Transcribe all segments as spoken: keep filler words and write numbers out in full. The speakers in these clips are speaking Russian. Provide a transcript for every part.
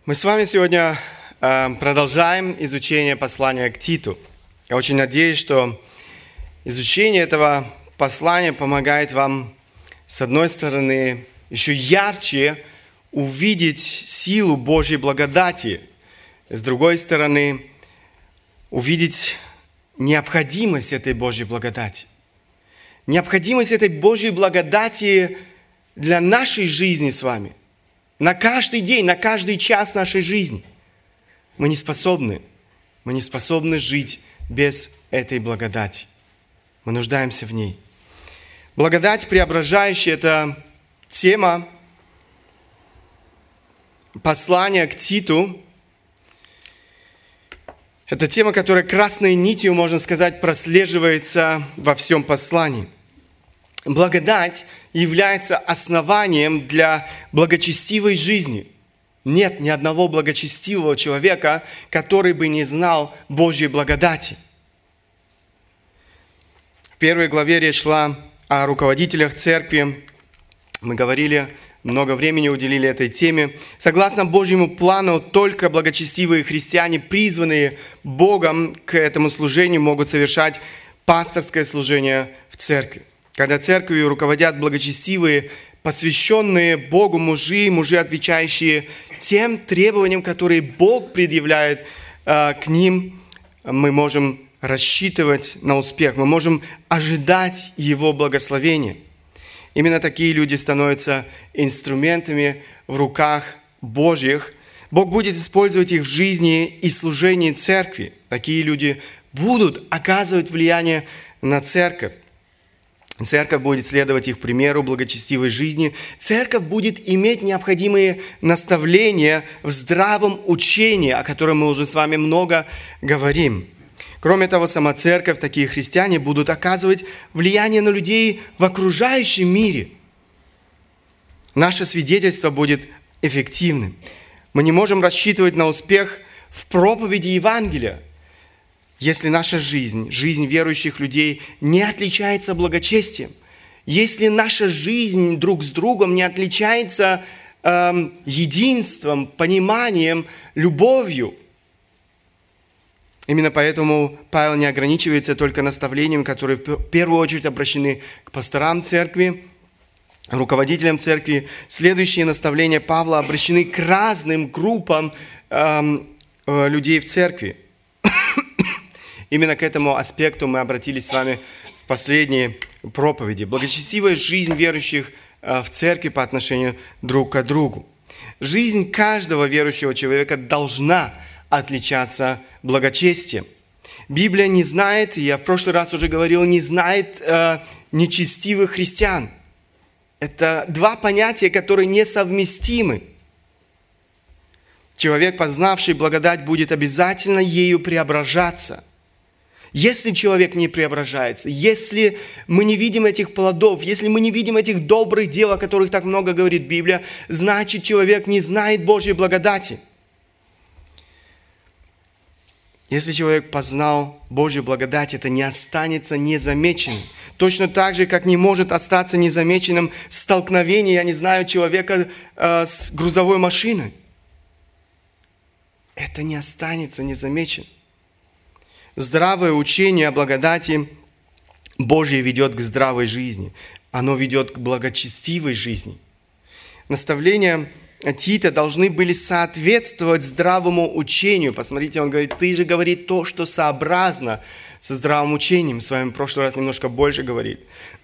Мы с вами сегодня э, продолжаем изучение послания к Титу. Я очень надеюсь, что изучение этого послания помогает вам, с одной стороны, еще ярче увидеть силу Божьей благодати, с другой стороны, увидеть необходимость этой Божьей благодати. Необходимость этой Божьей благодати для нашей жизни с вами. На каждый день, на каждый час нашей жизни. Мы не способны, мы не способны жить без этой благодати. Мы нуждаемся в ней. Благодать преображающая – это тема послания к Титу. Это тема, которая красной нитью, можно сказать, прослеживается во всем послании. Благодать является основанием для благочестивой жизни. Нет ни одного благочестивого человека, который бы не знал Божьей благодати. В первой главе речь шла о руководителях церкви. Мы говорили, много времени уделили этой теме. Согласно Божьему плану, только благочестивые христиане, призванные Богом к этому служению, могут совершать пасторское служение в церкви. Когда церковью руководят благочестивые, посвященные Богу мужи, мужи, отвечающие тем требованиям, которые Бог предъявляет э, к ним, мы можем рассчитывать на успех, мы можем ожидать Его благословения. Именно такие люди становятся инструментами в руках Божьих. Бог будет использовать их в жизни и служении церкви. Такие люди будут оказывать влияние на церковь. Церковь будет следовать их примеру благочестивой жизни. Церковь будет иметь необходимые наставления в здравом учении, о котором мы уже с вами много говорим. Кроме того, сама церковь, такие христиане будут оказывать влияние на людей в окружающем мире. Наше свидетельство будет эффективным. Мы не можем рассчитывать на успех в проповеди Евангелия, если наша жизнь, жизнь верующих людей не отличается благочестием, если наша жизнь друг с другом не отличается эм, единством, пониманием, любовью. Именно поэтому Павел не ограничивается только наставлениями, которые в первую очередь обращены к пасторам церкви, руководителям церкви. Следующие наставления Павла обращены к разным группам эм, э, людей в церкви. Именно к этому аспекту мы обратились с вами в последней проповеди. Благочестивая жизнь верующих в церкви по отношению друг к другу. Жизнь каждого верующего человека должна отличаться благочестием. Библия не знает, и я в прошлый раз уже говорил, не знает э, нечестивых христиан. Это два понятия, которые несовместимы. Человек, познавший благодать, будет обязательно ею преображаться. Если человек не преображается, если мы не видим этих плодов, если мы не видим этих добрых дел, о которых так много говорит Библия, значит, человек не знает Божьей благодати. Если человек познал Божью благодать, это не останется незамеченным. Точно так же, как не может остаться незамеченным столкновение, я не знаю, человека э, с грузовой машиной. Это не останется незамеченным. Здравое учение о благодати Божьей ведет к здравой жизни. Оно ведет к благочестивой жизни. Наставления Тита должны были соответствовать здравому учению. Посмотрите, он говорит, ты же говори то, что сообразно со здравым учением. С вами в прошлый раз немножко больше говорили.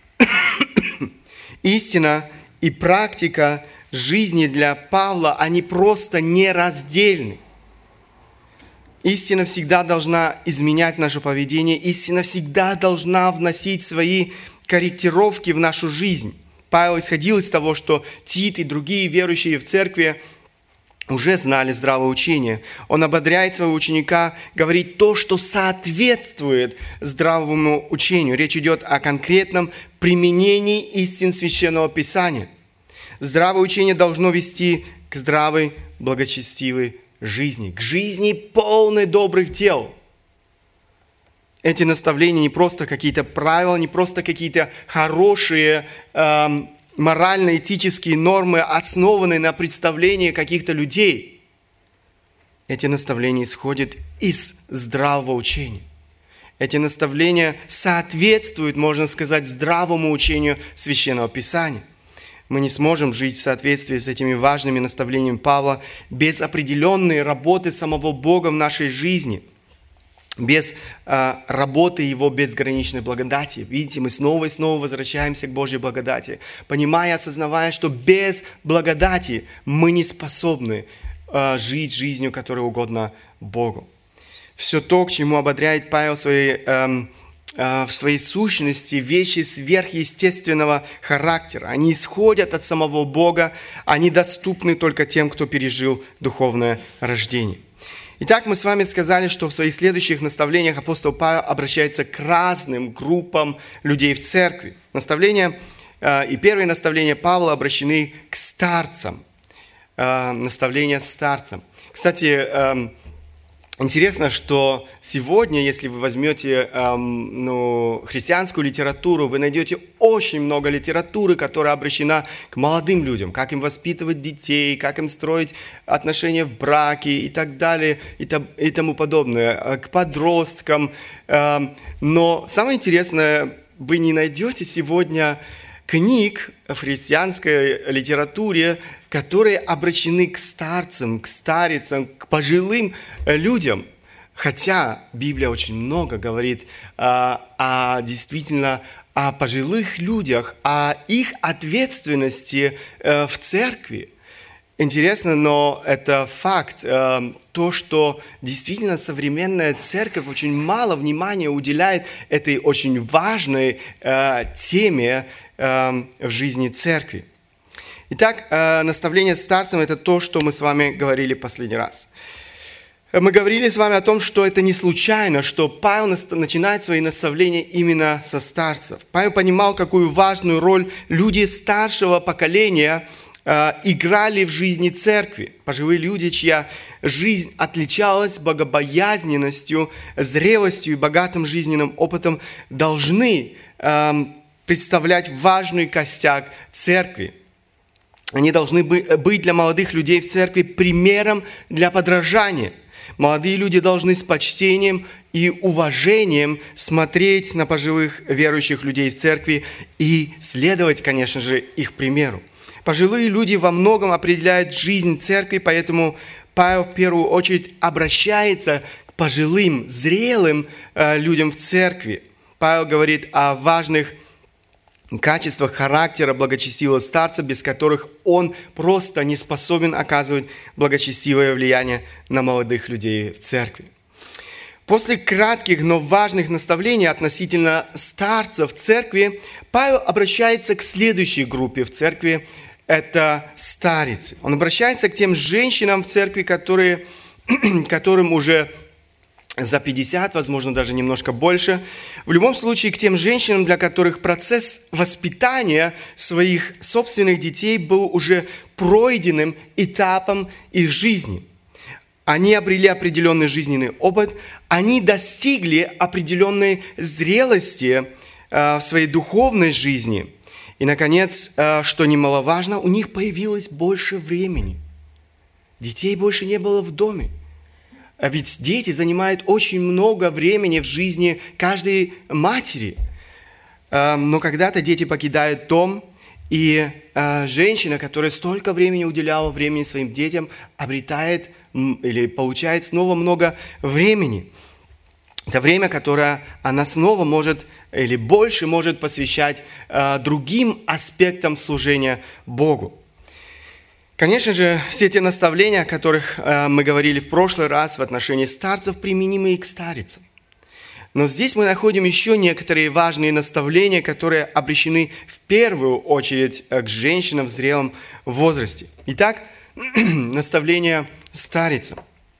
Истина и практика жизни для Павла, они просто нераздельны. Истина всегда должна изменять наше поведение. Истина всегда должна вносить свои корректировки в нашу жизнь. Павел исходил из того, что Тит и другие верующие в церкви уже знали здравое учение. Он ободряет своего ученика говорить то, что соответствует здравому учению. Речь идет о конкретном применении истин Священного Писания. Здравое учение должно вести к здравой, благочестивой жизни, к жизни полной добрых дел. Эти наставления не просто какие-то правила, не просто какие-то хорошие эм, морально-этические нормы, основанные на представлении каких-то людей. эти наставления исходят из здравого учения. Эти наставления соответствуют, можно сказать, здравому учению Священного Писания. Мы не сможем жить в соответствии с этими важными наставлениями Павла без определенной работы самого Бога в нашей жизни, без э, работы Его безграничной благодати. Видите, мы снова и снова возвращаемся к Божьей благодати, понимая, осознавая, что без благодати мы не способны э, жить жизнью, которая угодна Богу. Все то, к чему ободряет Павел в своей, э, э, в своей сущности, вещи сверхъестественного характера. Они исходят от самого Бога, они доступны только тем, кто пережил духовное рождение. Итак, мы с вами сказали, что в своих следующих наставлениях апостол Павел обращается к разным группам людей в церкви. Наставления, э, и первые наставления Павла обращены к старцам. Э, наставления старцам. Кстати, э, интересно, что сегодня, если вы возьмете эм, ну, христианскую литературу, вы найдете очень много литературы, которая обращена к молодым людям, как им воспитывать детей, как им строить отношения в браке и так далее, и, там, и тому подобное, к подросткам. Эм, но самое интересное, вы не найдете сегодня книг в христианской литературе, которые обращены к старцам, к старицам, к пожилым людям. Хотя Библия очень много говорит а, о, действительно о пожилых людях, о их ответственности а, в церкви. Интересно, но это факт, а, то, что действительно современная церковь очень мало внимания уделяет этой очень важной а, теме а, в жизни церкви. Итак, наставление старцам – это то, что мы с вами говорили в последний раз. Мы говорили с вами о том, что это не случайно, что Павел начинает свои наставления именно со старцев. Павел понимал, какую важную роль люди старшего поколения играли в жизни церкви. Пожилые люди, чья жизнь отличалась богобоязненностью, зрелостью и богатым жизненным опытом, должны представлять важный костяк церкви. Они должны быть для молодых людей в церкви примером для подражания. Молодые люди должны с почтением и уважением смотреть на пожилых верующих людей в церкви и следовать, конечно же, их примеру. Пожилые люди во многом определяют жизнь церкви, поэтому Павел в первую очередь обращается к пожилым, зрелым э, людям в церкви. Павел говорит о важных качествах характера благочестивого старца, без которых он просто не способен оказывать благочестивое влияние на молодых людей в церкви. После кратких, но важных наставлений относительно старцев в церкви, Павел обращается к следующей группе в церкви – это старицы. Он обращается к тем женщинам в церкви, которые, которым уже за пятьдесят, возможно, даже немножко больше. В любом случае, к тем женщинам, для которых процесс воспитания своих собственных детей был уже пройденным этапом их жизни. Они обрели определенный жизненный опыт, они достигли определенной зрелости э, в своей духовной жизни. И, наконец, э, что немаловажно, у них появилось больше времени. Детей больше не было в доме. А ведь дети занимают очень много времени в жизни каждой матери. Но когда-то дети покидают дом, и женщина, которая столько времени уделяла времени своим детям, обретает или получает снова много времени. Это время, которое она снова может или больше может посвящать другим аспектам служения Богу. Конечно же, все те наставления, о которых э, мы говорили в прошлый раз в отношении старцев, применимы и к старицам. Но здесь мы находим еще некоторые важные наставления, которые обращены в первую очередь к женщинам в зрелом возрасте. Итак, наставления старицам.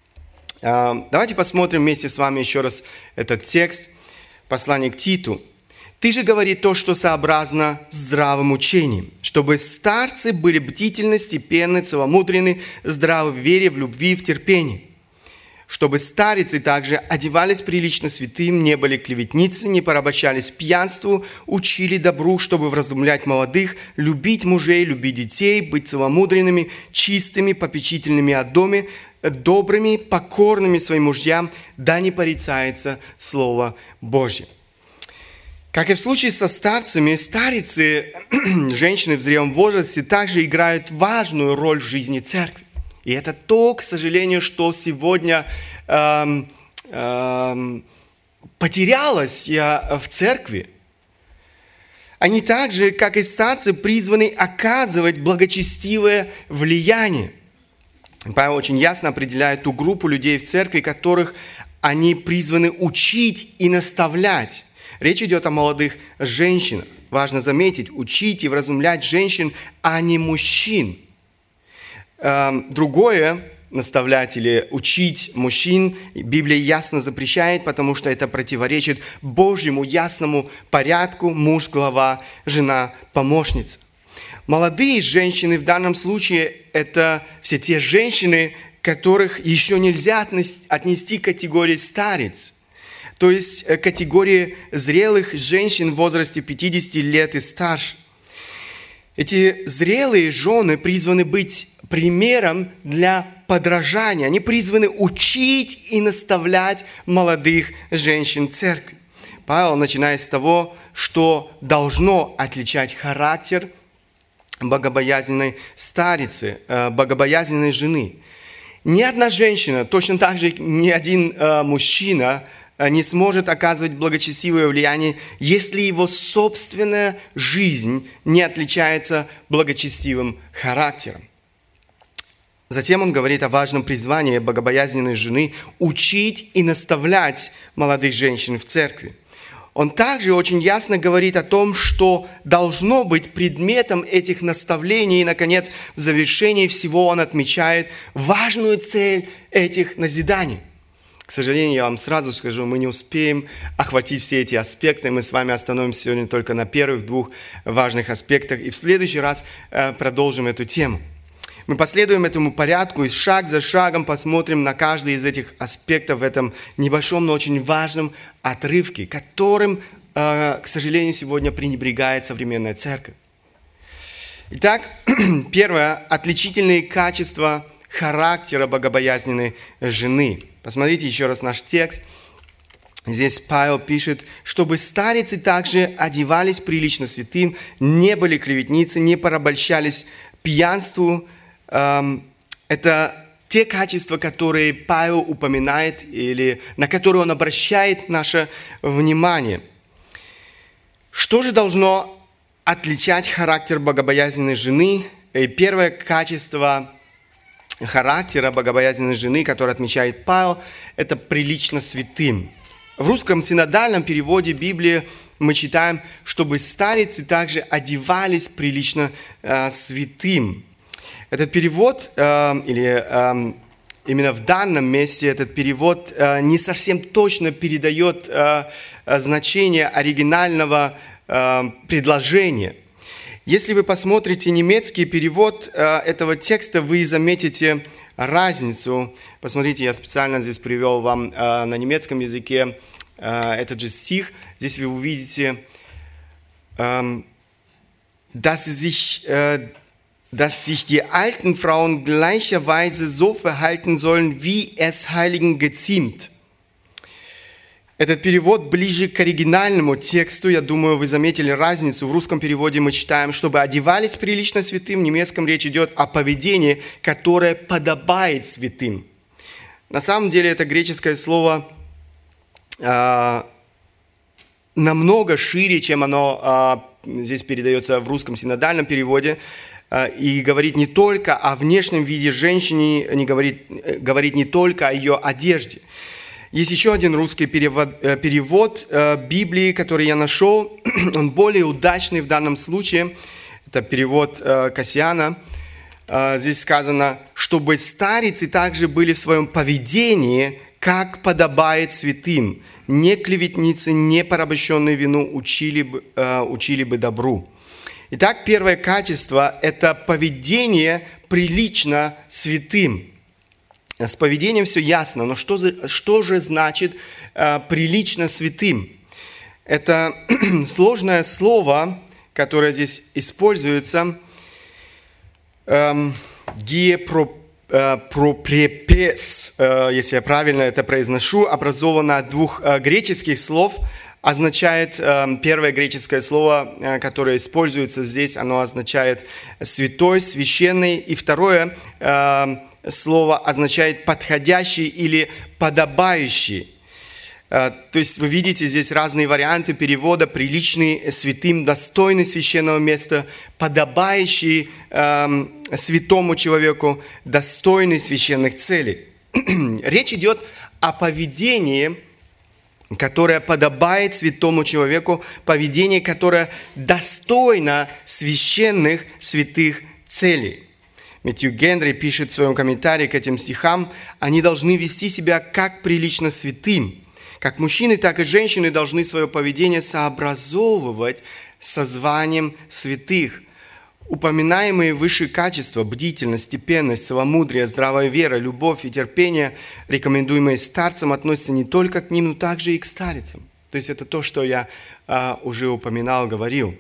Э, давайте посмотрим вместе с вами еще раз этот текст, послание к Титу. «Ты же говори то, что сообразно здравым учением, чтобы старцы были бдительны, степенны, целомудренны, здравы в вере, в любви, в терпении. Чтобы старицы также одевались прилично святым, не были клеветницы, не порабощались пьянству, учили добру, чтобы вразумлять молодых, любить мужей, любить детей, быть целомудренными, чистыми, попечительными о доме, добрыми, покорными своим мужьям, да не порицается Слово Божье. Как и в случае со старцами, старицы, женщины в зрелом возрасте, также играют важную роль в жизни церкви. И это то, к сожалению, что сегодня эм, эм, потерялось в церкви. Они так же, как и старцы, призваны оказывать благочестивое влияние. Павел очень ясно определяет ту группу людей в церкви, которых они призваны учить и наставлять. Речь идет о молодых женщинах. Важно заметить, учить и вразумлять женщин, а не мужчин. Другое, наставлять или учить мужчин, Библия ясно запрещает, потому что это противоречит Божьему ясному порядку: муж – глава, жена – помощница. Молодые женщины в данном случае – это все те женщины, которых еще нельзя отнести к категории старец, то есть категории зрелых женщин в возрасте пятидесяти лет и старше. Эти зрелые жены призваны быть примером для подражания. Они призваны учить и наставлять молодых женщин церкви. Павел начинает с того, что должно отличать характер богобоязненной старицы, богобоязненной жены. Ни одна женщина, точно так же ни один мужчина не сможет оказывать благочестивое влияние, если его собственная жизнь не отличается благочестивым характером. Затем он говорит о важном призвании богобоязненной жены учить и наставлять молодых женщин в церкви. Он также очень ясно говорит о том, что должно быть предметом этих наставлений. И, наконец, в завершении всего он отмечает важную цель этих назиданий. К сожалению, я вам сразу скажу, мы не успеем охватить все эти аспекты. Мы с вами остановимся сегодня только на первых двух важных аспектах. И в следующий раз продолжим эту тему. Мы последуем этому порядку и шаг за шагом посмотрим на каждый из этих аспектов в этом небольшом, но очень важном отрывке, которым, к сожалению, сегодня пренебрегает современная церковь. Итак, первое. Отличительные качества характера богобоязненной жены. Посмотрите еще раз наш текст. Здесь Павел пишет, чтобы старицы также одевались прилично святым, не были клеветницы, не порабощались пьянству. Это те качества, которые Павел упоминает или на которые он обращает наше внимание. Что же должно отличать характер богобоязненной жены? И первое качество характера богобоязненной жены, которое отмечает Павел, это прилично святым. В русском синодальном переводе Библии мы читаем, чтобы старицы также одевались прилично э, святым. Этот перевод, э, или э, именно в данном месте этот перевод э, не совсем точно передает э, значение оригинального э, предложения. Если вы посмотрите немецкий перевод э, этого текста, вы заметите разницу. Посмотрите, я специально здесь привел вам э, на немецком языке э, этот же стих. Здесь вы увидите, э, dass sich äh, dass sich die alten Frauen gleicherweise so verhalten sollen, wie es Heiligen geziemt. Этот перевод ближе к оригинальному тексту. Я думаю, вы заметили разницу. В русском переводе мы читаем, чтобы одевались прилично святым. В немецком речь идет о поведении, которое подобает святым. На самом деле это греческое слово э, намного шире, чем оно э, здесь передается в русском синодальном переводе. И говорит не только о внешнем виде женщины, не говорит, говорит не только о ее одежде. Есть еще один русский перевод, перевод Библии, который я нашел. Он более удачный в данном случае. Это перевод Кассиана. Здесь сказано, чтобы старицы также были в своем поведении, как подобает святым. Не клеветницы, не порабощенные вину учили бы, учили бы добру. Итак, первое качество – это поведение прилично святым. С поведением все ясно, но что, за, что же значит э, прилично святым? Это сложное слово, которое здесь используется, эм, гиепро, пропрепес, если я правильно это произношу, образовано от двух греческих слов, означает, первое греческое слово, которое используется здесь, оно означает святой, священный, и второе слово означает подходящий или подобающий. То есть вы видите здесь разные варианты перевода: приличный, святым, достойный священного места, подобающий э, святому человеку, достойный священных целей. Речь идет о поведении, которое подобает святому человеку, поведение, которое достойно священных святых целей. Мэтью Генри пишет в своем комментарии к этим стихам: они должны вести себя как прилично святым. Как мужчины, так и женщины должны свое поведение сообразовывать со званием святых. Упоминаемые выше качества, бдительность, степенность, целомудрие, здравая вера, любовь и терпение, рекомендуемые старцам, относятся не только к ним, но также и к старицам. То есть это то, что я а, уже упоминал, говорил.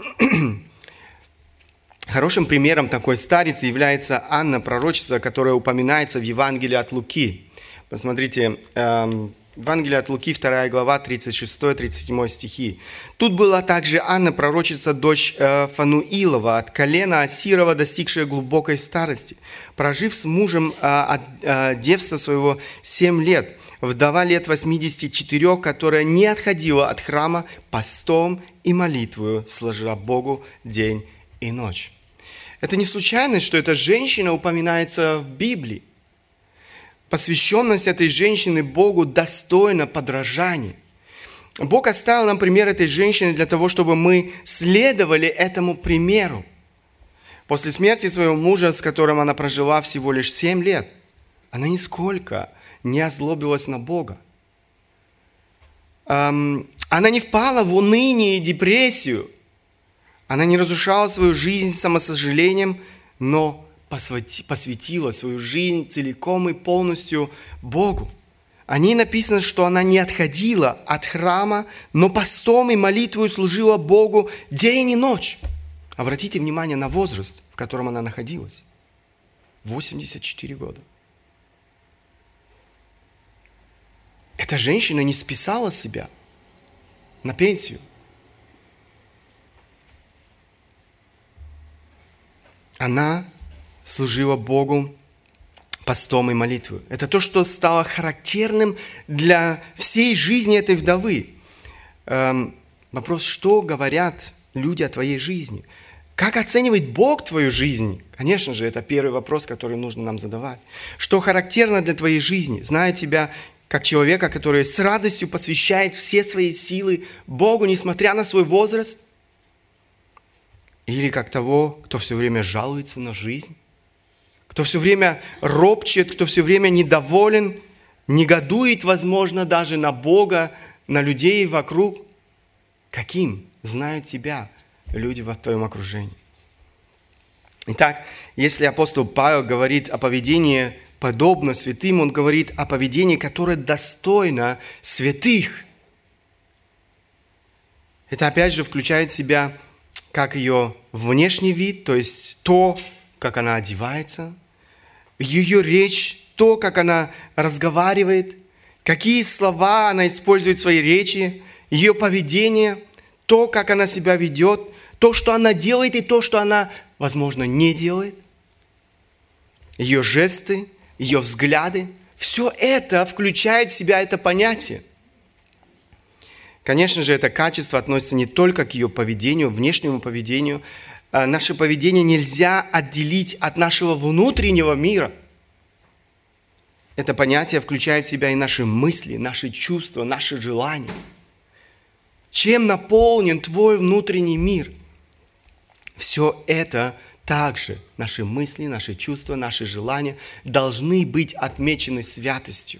Хорошим примером такой старицы является Анна, пророчица, которая упоминается в Евангелии от Луки. Посмотрите, эм, Евангелие от Луки, вторая глава, тридцать шестой тридцать седьмой стихи. «Тут была также Анна, пророчица, дочь э, Фануилова, от колена Асирова, достигшая глубокой старости, прожив с мужем э, от э, девства своего семь лет, вдова лет восьмидесяти четырёх, которая не отходила от храма постом и молитвою, сложила Богу день и ночь». Это не случайность, что эта женщина упоминается в Библии. Посвященность этой женщины Богу достойна подражания. Бог оставил нам пример этой женщины для того, чтобы мы следовали этому примеру. После смерти своего мужа, с которым она прожила всего лишь семь лет, она нисколько не озлобилась на Бога. Эм, она не впала в уныние и депрессию. Она не разрушала свою жизнь самосожалением, но посвятила свою жизнь целиком и полностью Богу. О ней написано, что она не отходила от храма, но постом и молитвою служила Богу день и ночь. Обратите внимание на возраст, в котором она находилась. восемьдесят четыре года. Эта женщина не списала себя на пенсию. Она служила Богу постом и молитвой. Это то, что стало характерным для всей жизни этой вдовы. Эм, вопрос, что говорят люди о твоей жизни? Как оценивает Бог твою жизнь? Конечно же, это первый вопрос, который нужно нам задавать. Что характерно для твоей жизни? Зная тебя как человека, который с радостью посвящает все свои силы Богу, несмотря на свой возраст? Или как того, кто все время жалуется на жизнь? Кто все время ропчет, кто все время недоволен, негодует, возможно, даже на Бога, на людей вокруг? Каким знают тебя люди в твоем окружении? Итак, если апостол Павел говорит о поведении подобно святым, он говорит о поведении, которое достойно святых. Это опять же включает в себя как ее внешний вид, то есть то, как она одевается, ее речь, то, как она разговаривает, какие слова она использует в своей речи, ее поведение, то, как она себя ведет, то, что она делает и то, что она, возможно, не делает, ее жесты, ее взгляды. Все это включает в себя это понятие. Конечно же, это качество относится не только к ее поведению, внешнему поведению. Наше поведение нельзя отделить от нашего внутреннего мира. Это понятие включает в себя и наши мысли, наши чувства, наши желания. Чем наполнен твой внутренний мир? Все это также, наши мысли, наши чувства, наши желания должны быть отмечены святостью.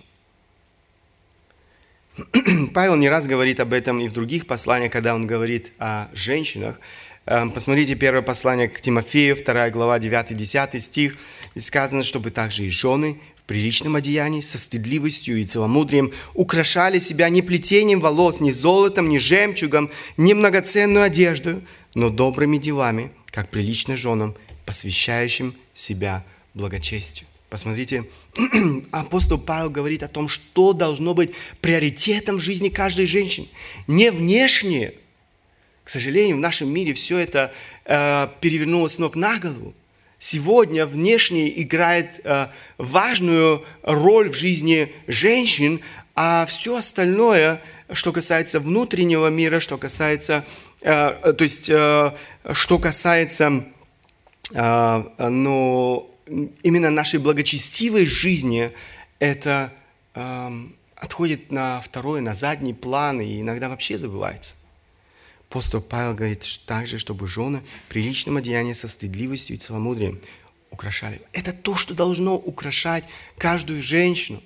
Павел не раз говорит об этом и в других посланиях, когда он говорит о женщинах. Посмотрите первое послание к Тимофею, вторая глава, девятый-десятый стих. Здесь сказано, чтобы также и жены в приличном одеянии, со стыдливостью и целомудрием украшали себя не плетением волос, не золотом, не жемчугом, не многоценную одежду, но добрыми делами, как прилично женам, посвящающим себя благочестию. Посмотрите, апостол Павел говорит о том, что должно быть приоритетом в жизни каждой женщины. Не внешнее. К сожалению, в нашем мире все это э, перевернулось с ног на голову. Сегодня внешнее играет э, важную роль в жизни женщин, а все остальное, что касается внутреннего мира, что касается, э, то есть, э, что касается, э, ну, именно нашей благочестивой жизни, это э, отходит на второй, на задний план и иногда вообще забывается. Апостол Павел говорит также, чтобы жены в приличном одеянии со стыдливостью и целомудрием украшали. Это то, что должно украшать каждую женщину.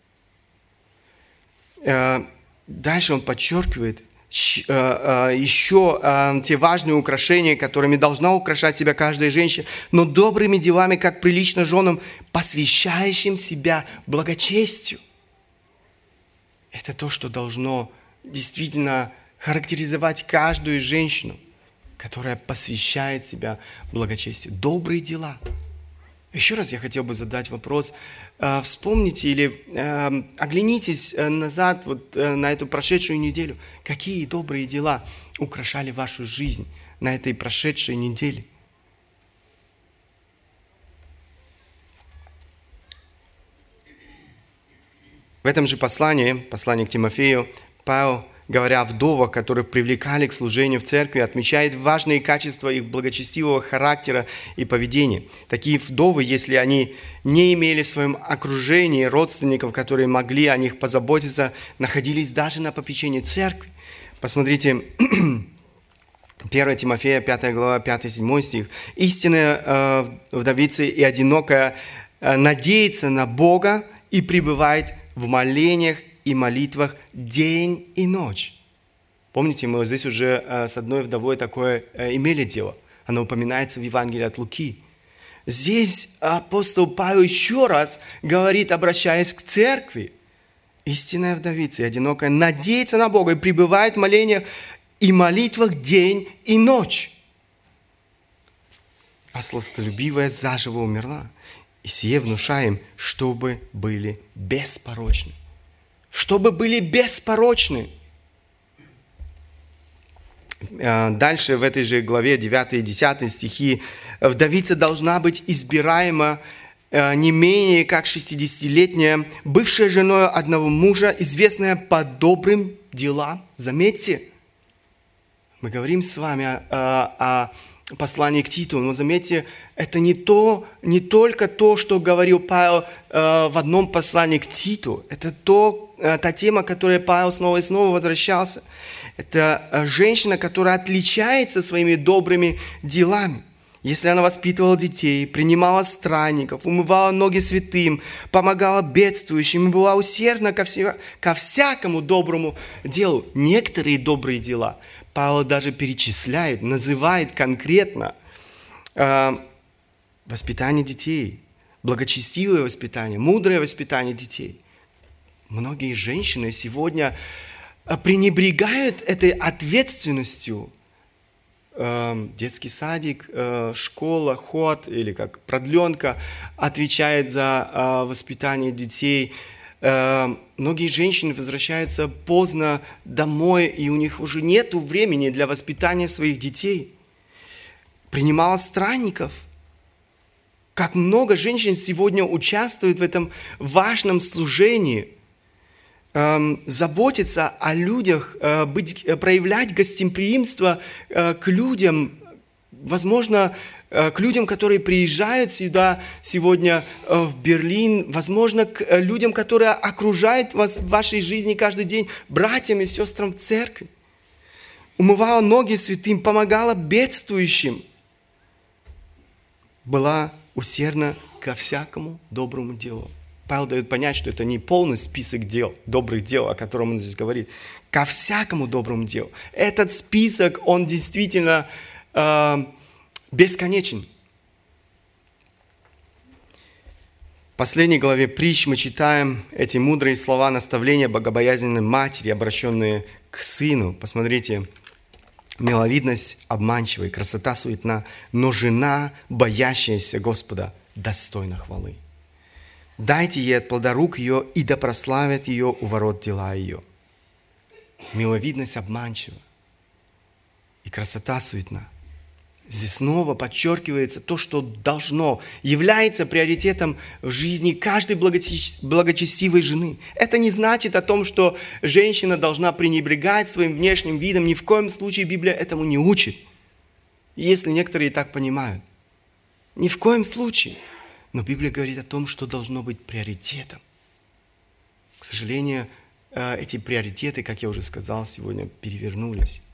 Э, дальше он подчеркивает еще те важные украшения, которыми должна украшать себя каждая женщина, но добрыми делами, как прилично женам, посвящающим себя благочестию. Это то, что должно действительно характеризовать каждую женщину, которая посвящает себя благочестию. Добрые дела. Еще раз я хотел бы задать вопрос. Вспомните или э, оглянитесь назад вот, э, на эту прошедшую неделю. Какие добрые дела украшали вашу жизнь на этой прошедшей неделе? В этом же послании, послании к Тимофею, Павел, говоря о вдовах, которых привлекали к служению в церкви, отмечает важные качества их благочестивого характера и поведения. Такие вдовы, если они не имели в своем окружении родственников, которые могли о них позаботиться, находились даже на попечении церкви. Посмотрите, первое Тимофея, пятая глава, пятый-седьмой стих. «Истинная э, вдовица и одинокая э, надеется на Бога и пребывает в молениях и молитвах день и ночь». Помните, мы вот здесь уже э, с одной вдовой такое э, имели дело. Оно упоминается в Евангелии от Луки. Здесь апостол Павел еще раз говорит, обращаясь к церкви. Истинная вдовица и одинокая надеется на Бога и пребывает в молениях и молитвах день и ночь. А сластолюбивая заживо умерла. И сие внушаем, чтобы были беспорочны. Чтобы были беспорочны. Дальше в этой же главе девятый и десятый стихи. Вдовица должна быть избираема не менее как шестидесятилетняя, бывшая женой одного мужа, известная по добрым делам. Заметьте, мы говорим с вами о, о, о послании к Титу, но заметьте, это не, то, не только то, что говорил Павел в одном послании к Титу, это то, та тема, к которой Павел снова и снова возвращался. Это женщина, которая отличается своими добрыми делами. Если она воспитывала детей, принимала странников, умывала ноги святым, помогала бедствующим и была усердна ко, все, ко всякому доброму делу. Некоторые добрые дела Павел даже перечисляет, называет конкретно. Э, воспитание детей, благочестивое воспитание, мудрое воспитание детей. Многие женщины сегодня пренебрегают этой ответственностью. Детский садик, школа, ход или как продленка отвечает за воспитание детей. Многие женщины возвращаются поздно домой, и у них уже нет времени для воспитания своих детей. Принимала странников. Как много женщин сегодня участвуют в этом важном служении. Заботиться о людях, быть, проявлять гостеприимство к людям, возможно, к людям, которые приезжают сюда сегодня в Берлин, возможно, к людям, которые окружают вас в вашей жизни каждый день, братьям и сестрам в церкви. Умывала ноги святым, помогала бедствующим, была усердна ко всякому доброму делу. Павел дает понять, что это не полный список дел, добрых дел, о котором он здесь говорит. Ко всякому доброму делу. Этот список, он действительно э, бесконечен. В последней главе притч мы читаем эти мудрые слова наставления богобоязненной матери, обращенные к сыну. Посмотрите, миловидность обманчивая, красота суетна, но жена, боящаяся Господа, достойна хвалы. Дайте ей от плода рук ее, и да прославят ее у ворот дела ее. Миловидность обманчива, и красота суетна. Здесь снова подчеркивается то, что должно, является приоритетом в жизни каждой благочестивой жены. Это не значит о том, что женщина должна пренебрегать своим внешним видом. Ни в коем случае Библия этому не учит. Если некоторые так понимают. Ни в коем случае. Но Библия говорит о том, что должно быть приоритетом. К сожалению, эти приоритеты, как я уже сказал, сегодня перевернулись.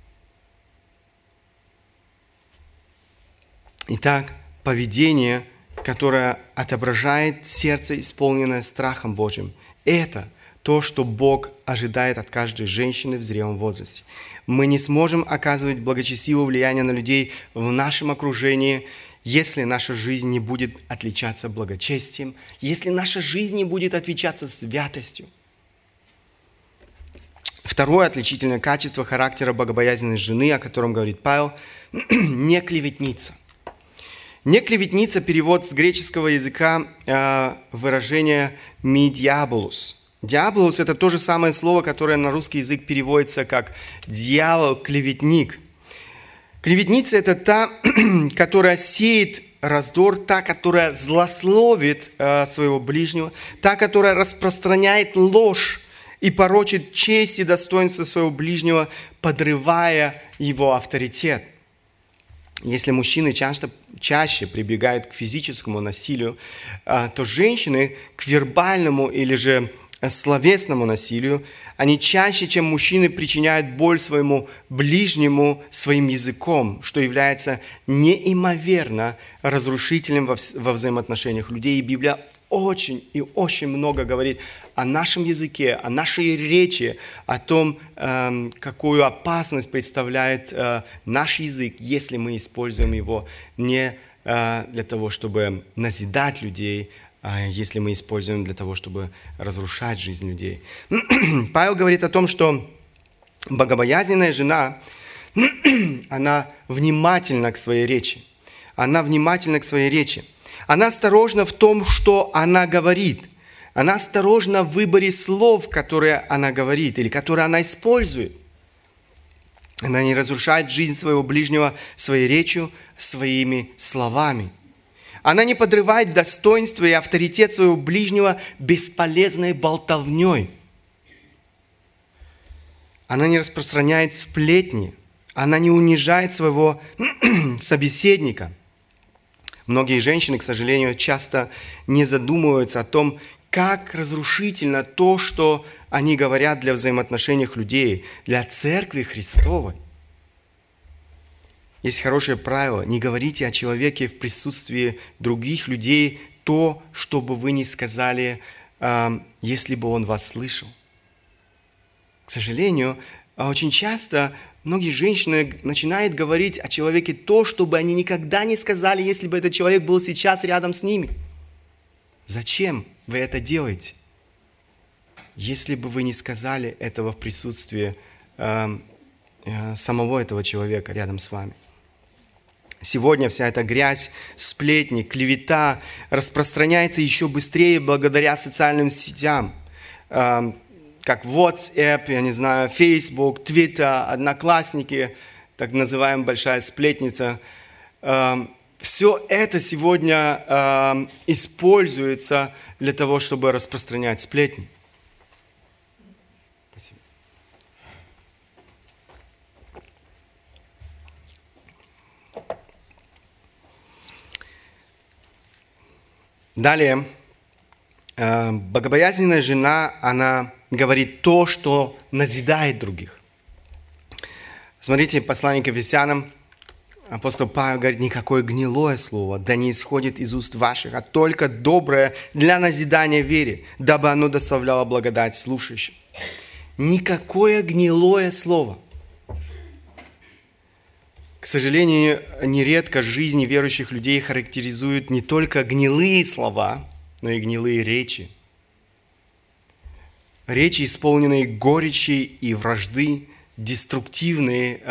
Итак, поведение, которое отображает сердце, исполненное страхом Божьим, это то, что Бог ожидает от каждой женщины в зрелом возрасте. Мы не сможем оказывать благочестивое влияние на людей в нашем окружении, если наша жизнь не будет отличаться благочестием, если наша жизнь не будет отличаться святостью. Второе отличительное качество характера богобоязненной жены, о котором говорит Павел, не клеветница. Не клеветница — перевод с греческого языка э, выражение «ми диаболус». Диаболус — это то же самое слово, которое на русский язык переводится как «дьявол, клеветник». Клеветница — это та, которая сеет раздор, та, которая злословит э, своего ближнего, та, которая распространяет ложь и порочит честь и достоинство своего ближнего, подрывая его авторитет. Если мужчины часто, чаще прибегают к физическому насилию, то женщины к вербальному или же словесному насилию, они чаще, чем мужчины, причиняют боль своему ближнему своим языком, что является неимоверно разрушительным во, во взаимоотношениях людей. И Библия очень и очень много говорит о нашем языке, о нашей речи, о том, э, какую опасность представляет э, наш язык, если мы используем его не э, для того, чтобы назидать людей, а если мы используем для того, чтобы разрушать жизнь людей. Павел говорит о том, что богобоязненная жена, она внимательна к своей речи. Она внимательна к своей речи. Она осторожна в том, что она говорит. Она осторожна в выборе слов, которые она говорит или которые она использует. Она не разрушает жизнь своего ближнего своей речью, своими словами. Она не подрывает достоинство и авторитет своего ближнего бесполезной болтовней. Она не распространяет сплетни. Она не унижает своего собеседника. Многие женщины, к сожалению, часто не задумываются о том, как разрушительно то, что они говорят для взаимоотношений людей, для Церкви Христовой. Есть хорошее правило: не говорите о человеке в присутствии других людей то, что бы вы не сказали, если бы он вас слышал. К сожалению, очень часто многие женщины начинают говорить о человеке то, что бы они никогда не сказали, если бы этот человек был сейчас рядом с ними. Зачем вы это делаете? Если бы вы не сказали этого в присутствии э, э, самого этого человека рядом с вами. Сегодня вся эта грязь, сплетни, клевета распространяется еще быстрее благодаря социальным сетям, э, как WhatsApp, я не знаю, Facebook, Twitter, Одноклассники, так называемая большая сплетница. Э, все это сегодня э, используется для того, чтобы распространять сплетни. Спасибо. Далее, э, богобоязненная жена, она говорит то, что назидает других. Смотрите, послание к Ефесянам, апостол Павел говорит: никакое гнилое слово да не исходит из уст ваших, а только доброе для назидания вере, дабы оно доставляло благодать слушающим. Никакое гнилое слово. К сожалению, нередко жизнь верующих людей характеризуют не только гнилые слова, но и гнилые речи. Речи, исполненные горечи и вражды, деструктивной,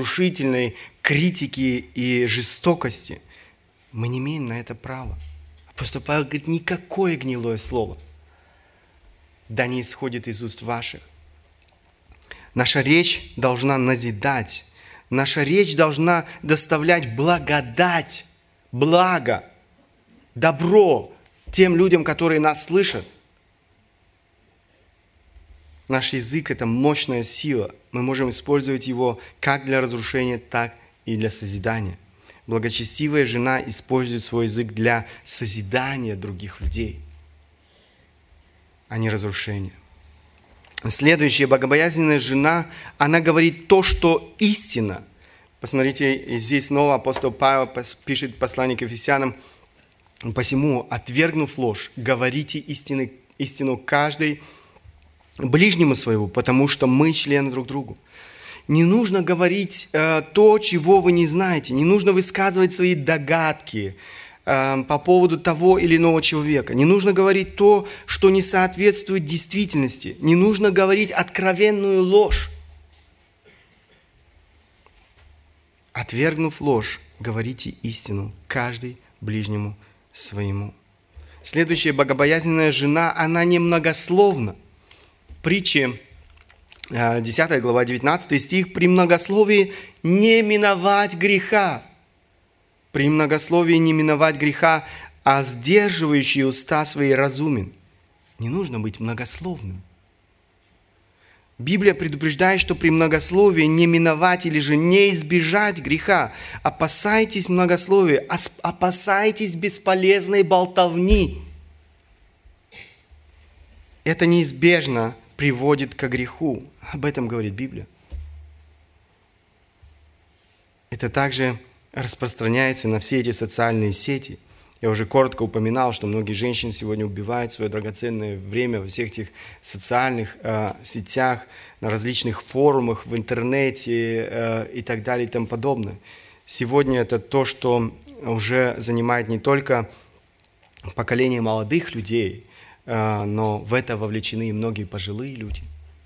разрушительной критики и жестокости. Мы не имеем на это права. Апостол Павел говорит, никакое гнилое слово да не исходит из уст ваших. Наша речь должна назидать. Наша речь должна доставлять благодать, благо, добро тем людям, которые нас слышат. Наш язык – это мощная сила. Мы можем использовать его как для разрушения, так и для созидания. Благочестивая жена использует свой язык для созидания других людей, а не разрушения. Следующая, богобоязненная жена, она говорит то, что истина. Посмотрите, здесь снова апостол Павел пишет послание к Ефесянам. «Посему, отвергнув ложь, говорите истины, истину каждый ближнему своему, потому что мы члены друг другу». Не нужно говорить э, то, чего вы не знаете. Не нужно высказывать свои догадки э, по поводу того или иного человека. Не нужно говорить то, что не соответствует действительности. Не нужно говорить откровенную ложь. Отвергнув ложь, говорите истину каждый ближнему своему. Следующая, богобоязненная жена, она немногословна. Притчи, десятая глава, девятнадцатый стих. «При многословии не миновать греха». При многословии не миновать греха, а сдерживающий уста свои разумен. Не нужно быть многословным. Библия предупреждает, что при многословии не миновать или же не избежать греха. Опасайтесь многословия, опасайтесь бесполезной болтовни. Это неизбежно приводит к греху. Об этом говорит Библия. Это также распространяется на все эти социальные сети. Я уже коротко упоминал, что многие женщины сегодня убивают свое драгоценное время во всех этих социальных э, сетях, на различных форумах, в интернете э, и так далее и тому подобное. Сегодня это то, что уже занимает не только поколение молодых людей, э, но в это вовлечены и многие пожилые люди.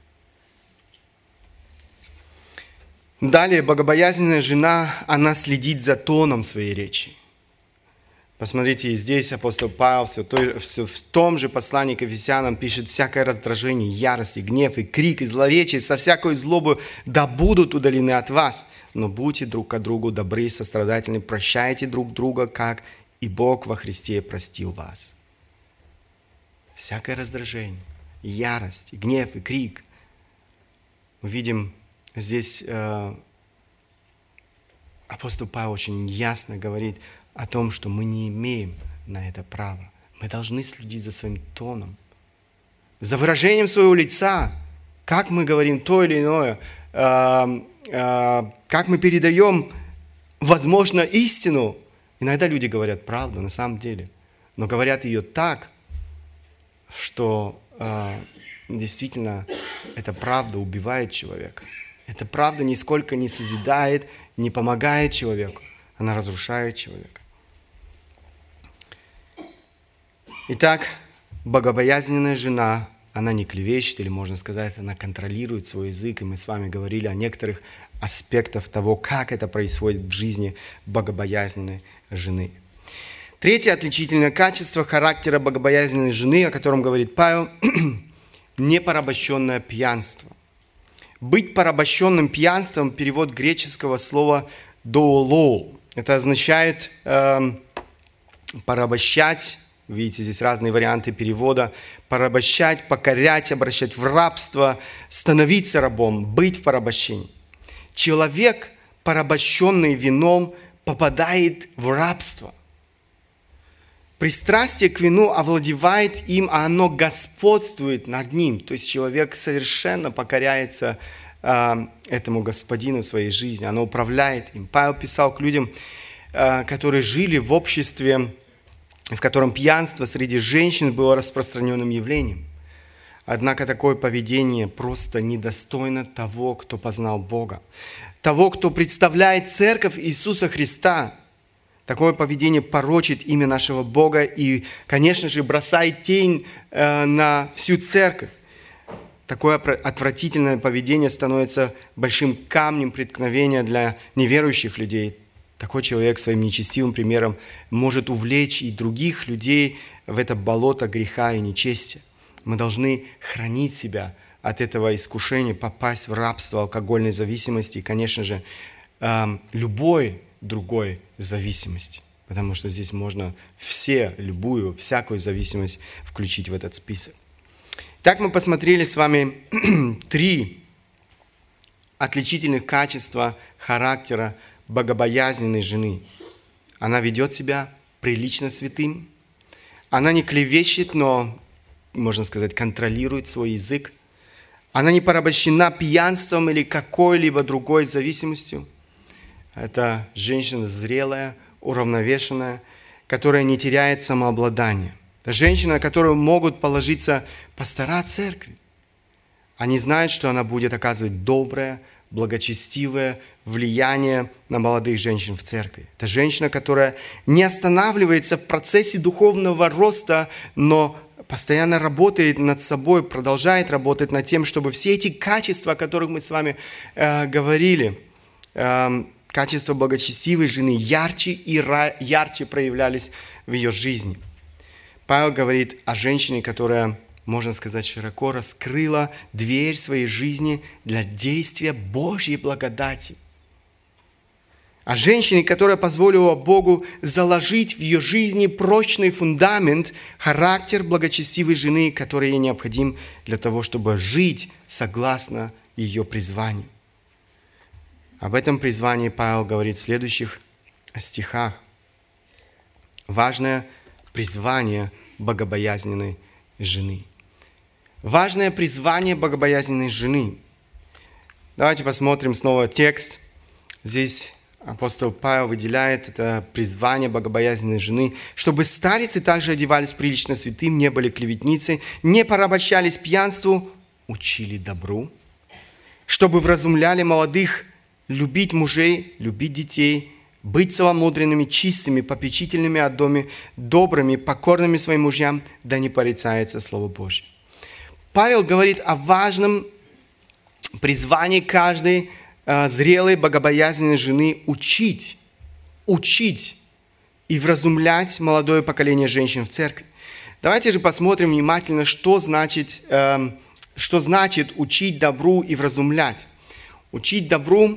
Далее, богобоязненная жена, она следит за тоном своей речи. Посмотрите, здесь апостол Павел все, то, все в том же послании к Ефесянам пишет: «Всякое раздражение, ярость, и гнев, и крик, и злоречие, со всякой злобой да будут удалены от вас. Но будьте друг к другу добры и сострадательны, прощайте друг друга, как и Бог во Христе простил вас». Всякое раздражение, ярость, и гнев, и крик. Мы видим здесь э, апостол Павел очень ясно говорит о том, что мы не имеем на это права. Мы должны следить за своим тоном, за выражением своего лица, как мы говорим то или иное, э, э, как мы передаем, возможно, истину. Иногда люди говорят правду на самом деле, но говорят ее так, что э, действительно эта правда убивает человека. Эта правда нисколько не созидает, не помогает человеку, она разрушает человека. Итак, богобоязненная жена, она не клевещет, или можно сказать, она контролирует свой язык, и мы с вами говорили о некоторых аспектах того, как это происходит в жизни богобоязненной жены. Третье отличительное качество характера богобоязненной жены, о котором говорит Павел, непорабощенное пьянство. Быть порабощенным пьянством – перевод греческого слова «доолол». Это означает э, порабощать. Видите, здесь разные варианты перевода. Порабощать, покорять, обращать в рабство, становиться рабом, быть в порабощении. Человек, порабощенный вином, попадает в рабство. Пристрастие к вину овладевает им, а оно господствует над ним. То есть человек совершенно покоряется э, этому господину в своей жизни. Оно управляет им. Павел писал к людям, э, которые жили в обществе, в котором пьянство среди женщин было распространенным явлением. Однако такое поведение просто недостойно того, кто познал Бога, того, кто представляет церковь Иисуса Христа. Такое поведение порочит имя нашего Бога и, конечно же, бросает тень э, на всю церковь. Такое отвратительное поведение становится большим камнем преткновения для неверующих людей. Такой человек своим нечестивым примером может увлечь и других людей в это болото греха и нечестия. Мы должны хранить себя от этого искушения, попасть в рабство алкогольной зависимости и, конечно же, любой другой зависимости. Потому что здесь можно все, любую, всякую зависимость включить в этот список. Так мы посмотрели с вами три отличительных качества характера богобоязненной жены. Она ведет себя прилично святым. Она не клевещет, но, можно сказать, контролирует свой язык. Она не порабощена пьянством или какой-либо другой зависимостью. Это женщина зрелая, уравновешенная, которая не теряет самообладание. Это женщина, на которую могут положиться пастора церкви. Они знают, что она будет оказывать доброе, благочестивое влияние на молодых женщин в церкви. Это женщина, которая не останавливается в процессе духовного роста, но постоянно работает над собой, продолжает работать над тем, чтобы все эти качества, о которых мы с вами э, говорили, э, качества благочестивой жены ярче и ра- ярче проявлялись в ее жизни. Павел говорит о женщине, которая, можно сказать, широко раскрыла дверь своей жизни для действия Божьей благодати. О женщине, которая позволила Богу заложить в ее жизни прочный фундамент, характер благочестивой жены, который ей необходим для того, чтобы жить согласно ее призванию. Об этом призвании Павел говорит в следующих стихах. Важное призвание богобоязненной жены. Важное призвание богобоязненной жены. Давайте посмотрим снова текст. Здесь апостол Павел выделяет это призвание богобоязненной жены, чтобы старицы также одевались прилично святым, не были клеветницы, не порабощались пьянству, учили добру, чтобы вразумляли молодых любить мужей, любить детей, быть целомудренными, чистыми, попечительными о доме, добрыми, покорными своим мужьям, да не порицается Слово Божье. Павел говорит о важном призвании каждой э, зрелой, богобоязненной жены учить, учить и вразумлять молодое поколение женщин в церкви. Давайте же посмотрим внимательно, что значит, э, что значит учить добру и вразумлять. Учить добру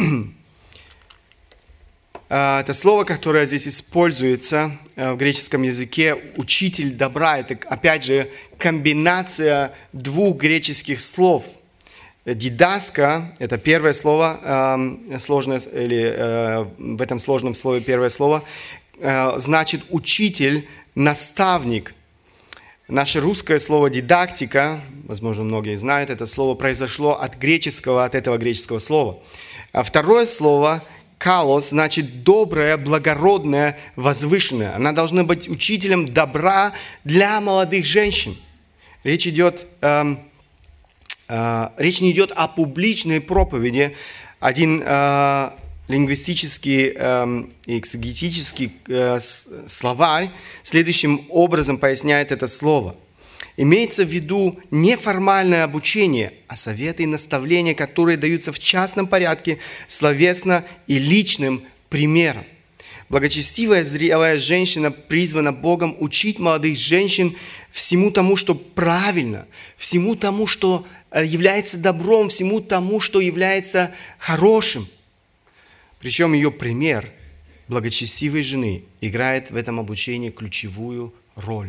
– это слово, которое здесь используется в греческом языке. Учитель добра – это, опять же, комбинация двух греческих слов. Дидаска – это первое слово, сложное, или в этом сложном слове первое слово, значит учитель, наставник. Наше русское слово «дидактика», возможно, многие знают, это слово произошло от греческого, от этого греческого слова. А второе слово «калос» значит «доброе», «благородное», «возвышенное». Она должна быть учителем добра для молодых женщин. Речь идет, э, э, речь не идет о публичной проповеди. Один э, лингвистический э, и экзегетический э, словарь следующим образом поясняет это слово. Имеется в виду неформальное обучение, а советы и наставления, которые даются в частном порядке, словесно и личным примером. Благочестивая, зрелая женщина призвана Богом учить молодых женщин всему тому, что правильно, всему тому, что является добром, всему тому, что является хорошим. Причем ее пример благочестивой жены играет в этом обучении ключевую роль.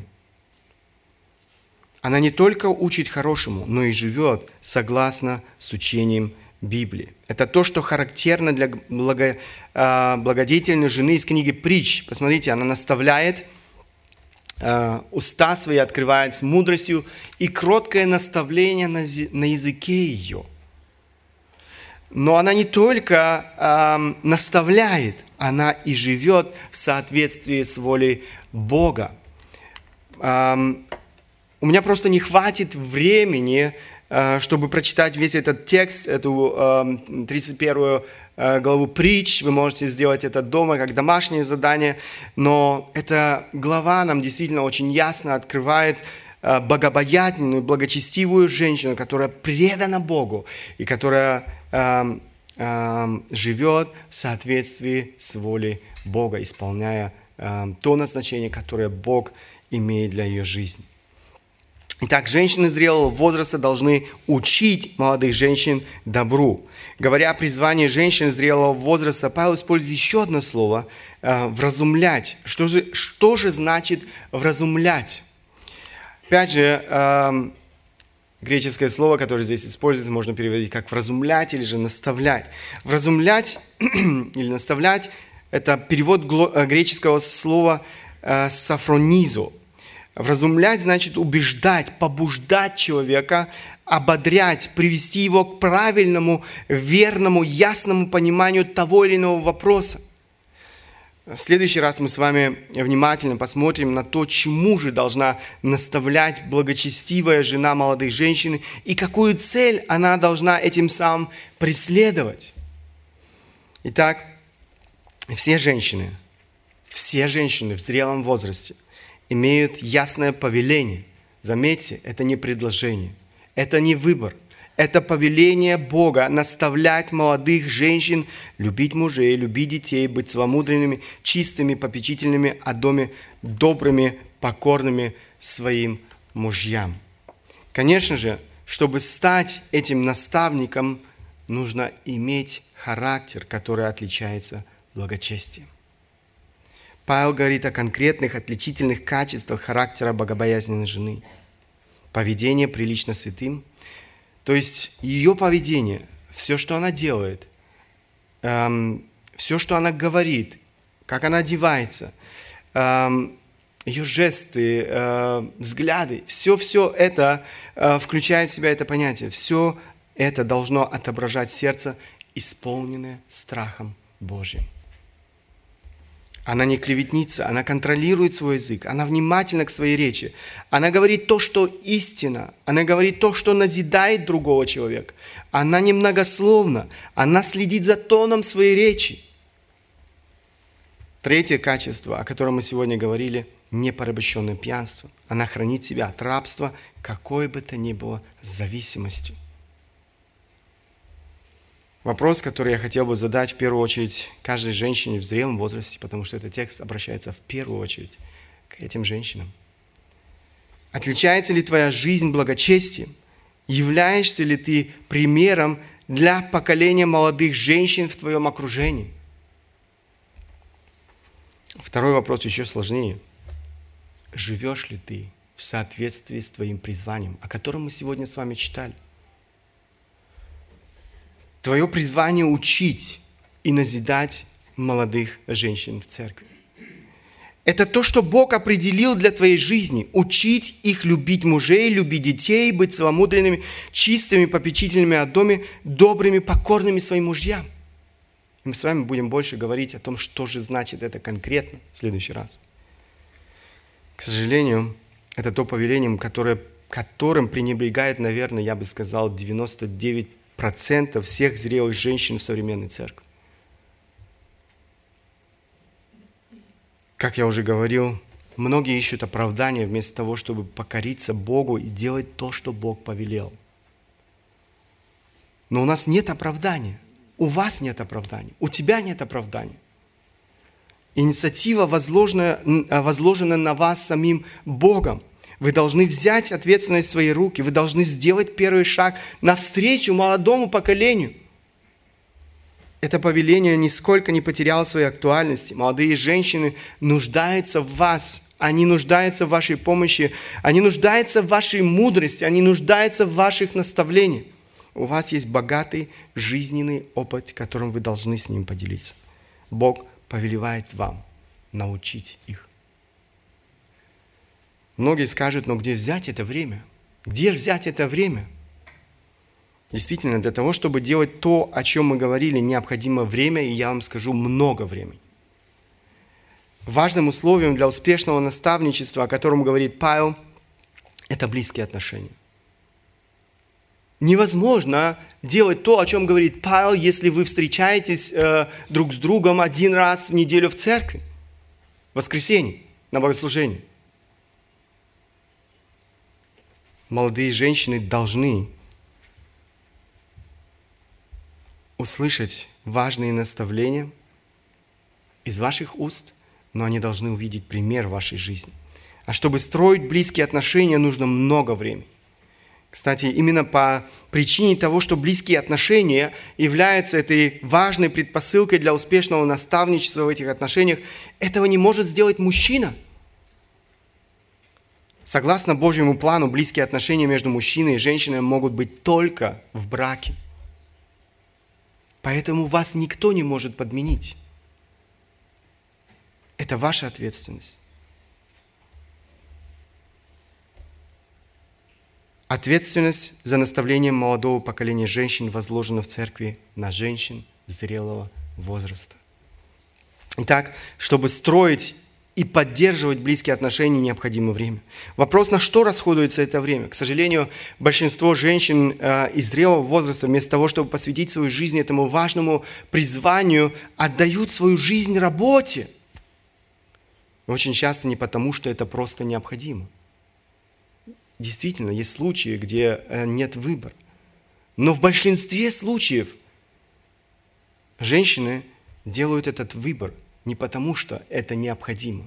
Она не только учит хорошему, но и живет согласно с учением Библии. Это то, что характерно для благо, э, благодетельной жены из книги «Притч». Посмотрите, она наставляет, э, уста свои открывает с мудростью и кроткое наставление на, на языке ее. Но она не только э, наставляет, она и живет в соответствии с волей Бога. Э, у меня просто не хватит времени, э, чтобы прочитать весь этот текст, эту э, тридцать первую э, главу притч. Вы можете сделать это дома как домашнее задание. Но эта глава нам действительно очень ясно открывает э, богобоязненную, благочестивую женщину, которая предана Богу и которая э, живет в соответствии с волей Бога, исполняя э, то назначение, которое Бог имеет для ее жизни. Итак, женщины зрелого возраста должны учить молодых женщин добру. Говоря о призвании женщин зрелого возраста, Павел использует еще одно слово э, – «вразумлять». Что же, что же значит «вразумлять»? Опять же, э, греческое слово, которое здесь используется, можно переводить как «вразумлять» или же «наставлять». «Вразумлять» или «наставлять» – это перевод греческого слова э, «сафронизо». Вразумлять значит убеждать, побуждать человека, ободрять, привести его к правильному, верному, ясному пониманию того или иного вопроса. В следующий раз мы с вами внимательно посмотрим на то, чему же должна наставлять благочестивая жена молодых женщин и какую цель она должна этим самым преследовать. Итак, все женщины, все женщины в зрелом возрасте имеют ясное повеление. Заметьте, это не предложение, это не выбор. Это повеление Бога наставлять молодых женщин любить мужей, любить детей, быть целомудренными, чистыми, попечительными о доме, добрыми, покорными своим мужьям. Конечно же, чтобы стать этим наставником, нужно иметь характер, который отличается благочестием. Павел говорит о конкретных отличительных качествах характера богобоязненной жены. Поведение прилично святым, то есть ее поведение, все, что она делает, эм, все, что она говорит, как она одевается, эм, ее жесты, э, взгляды, все-все это э, включает в себя это понятие. Все это должно отображать сердце, исполненное страхом Божьим. Она не клеветница, она контролирует свой язык, она внимательна к своей речи. Она говорит то, что истина, она говорит то, что назидает другого человека. Она немногословна, она следит за тоном своей речи. Третье качество, о котором мы сегодня говорили, непорабощенное пьянство. Она хранит себя от рабства, какой бы то ни было зависимостью. Вопрос, который я хотел бы задать в первую очередь каждой женщине в зрелом возрасте, потому что этот текст обращается в первую очередь к этим женщинам. Отличается ли твоя жизнь благочестием? Являешься ли ты примером для поколения молодых женщин в твоем окружении? Второй вопрос еще сложнее. Живешь ли ты в соответствии с твоим призванием, о котором мы сегодня с вами читали? Твое призвание учить и назидать молодых женщин в церкви. Это то, что Бог определил для твоей жизни. Учить их любить мужей, любить детей, быть целомудренными, чистыми, попечительными о доме, добрыми, покорными своим мужьям. И мы с вами будем больше говорить о том, что же значит это конкретно в следующий раз. К сожалению, это то повеление, которое, которым пренебрегает, наверное, я бы сказал, девяносто девять процентов всех зрелых женщин в современной церкви. Как я уже говорил, многие ищут оправдания вместо того, чтобы покориться Богу и делать то, что Бог повелел. Но у нас нет оправдания. У вас нет оправдания. У тебя нет оправдания. Инициатива возложена, возложена на вас самим Богом. Вы должны взять ответственность в свои руки. Вы должны сделать первый шаг навстречу молодому поколению. Это повеление нисколько не потеряло своей актуальности. Молодые женщины нуждаются в вас. Они нуждаются в вашей помощи. Они нуждаются в вашей мудрости. Они нуждаются в ваших наставлениях. У вас есть богатый жизненный опыт, которым вы должны с ним поделиться. Бог повелевает вам научить их. Многие скажут, но где взять это время? Где взять это время? Действительно, для того, чтобы делать то, о чем мы говорили, необходимо время, и я вам скажу, много времени. Важным условием для успешного наставничества, о котором говорит Павел, это близкие отношения. Невозможно делать то, о чем говорит Павел, если вы встречаетесь э, друг с другом один раз в неделю в церкви, в воскресенье, на богослужении. Молодые женщины должны услышать важные наставления из ваших уст, но они должны увидеть пример в вашей жизни. А чтобы строить близкие отношения, нужно много времени. Кстати, именно по причине того, что близкие отношения являются этой важной предпосылкой для успешного наставничества в этих отношениях, этого не может сделать мужчина. Согласно Божьему плану, близкие отношения между мужчиной и женщиной могут быть только в браке. Поэтому вас никто не может подменить. Это ваша ответственность. Ответственность за наставление молодого поколения женщин возложена в церкви на женщин зрелого возраста. Итак, чтобы строить и поддерживать близкие отношения, необходимо время. Вопрос, на что расходуется это время? К сожалению, большинство женщин э, из зрелого возраста вместо того, чтобы посвятить свою жизнь этому важному призванию, отдают свою жизнь работе. И очень часто не потому, что это просто необходимо. Действительно, есть случаи, где нет выбора. Но в большинстве случаев женщины делают этот выбор не потому, что это необходимо.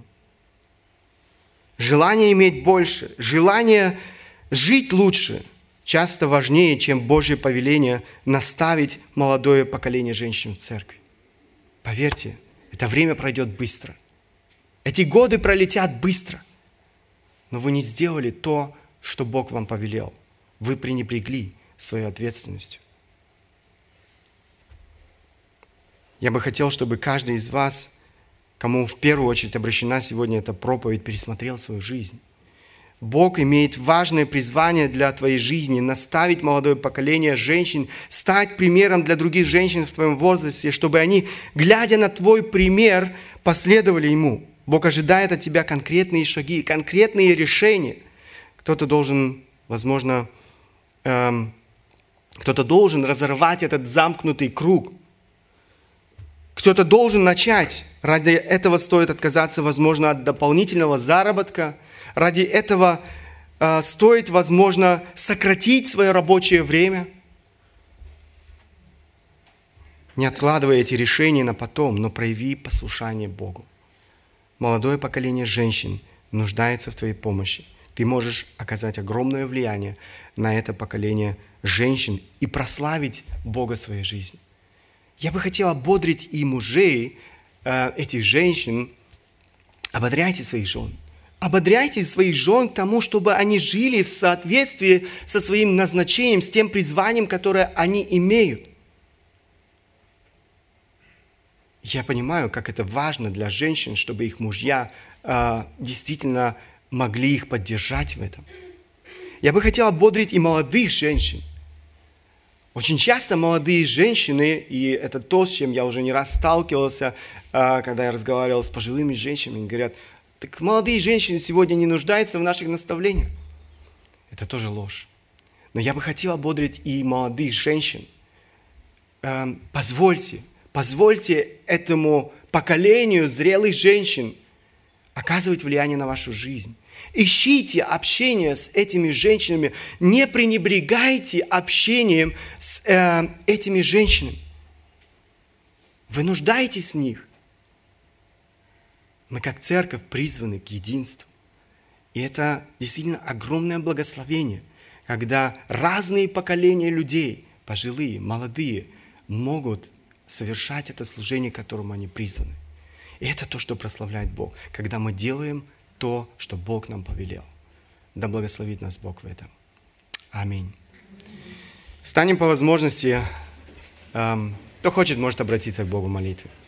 Желание иметь больше, желание жить лучше часто важнее, чем Божье повеление наставить молодое поколение женщин в церкви. Поверьте, это время пройдет быстро. Эти годы пролетят быстро. Но вы не сделали то, что Бог вам повелел. Вы пренебрегли своей ответственностью. Я бы хотел, чтобы каждый из вас, кому в первую очередь обращена сегодня эта проповедь, пересмотрел свою жизнь. Бог имеет важное призвание для твоей жизни, наставить молодое поколение женщин, стать примером для других женщин в твоем возрасте, чтобы они, глядя на твой пример, последовали ему. Бог ожидает от тебя конкретные шаги, конкретные решения. Кто-то должен, возможно, эм, кто-то должен разорвать этот замкнутый круг. Кто-то должен начать. Ради этого стоит отказаться, возможно, от дополнительного заработка. Ради этого э, стоит, возможно, сократить свое рабочее время. Не откладывай эти решения на потом, но прояви послушание Богу. Молодое поколение женщин нуждается в твоей помощи. Ты можешь оказать огромное влияние на это поколение женщин и прославить Бога своей жизнью. Я бы хотел ободрить и мужей э, этих женщин. Ободряйте своих жен. Ободряйте своих жен к тому, чтобы они жили в соответствии со своим назначением, с тем призванием, которое они имеют. Я понимаю, как это важно для женщин, чтобы их мужья э, действительно могли их поддержать в этом. Я бы хотел ободрить и молодых женщин. Очень часто молодые женщины, и это то, с чем я уже не раз сталкивался, когда я разговаривал с пожилыми женщинами, говорят, так молодые женщины сегодня не нуждаются в наших наставлениях. Это тоже ложь. Но я бы хотел ободрить и молодых женщин. Позвольте, позвольте этому поколению зрелых женщин оказывать влияние на вашу жизнь. Ищите общение с этими женщинами. Не пренебрегайте общением с э, этими женщинами. Вы нуждаетесь в них. Мы как церковь призваны к единству. И это действительно огромное благословение, когда разные поколения людей, пожилые, молодые, могут совершать это служение, к которому они призваны. И это то, что прославляет Бог, когда мы делаем то, что Бог нам повелел. Да благословит нас Бог в этом. Аминь. Встанем по возможности. Кто хочет, может обратиться к Богу в молитве.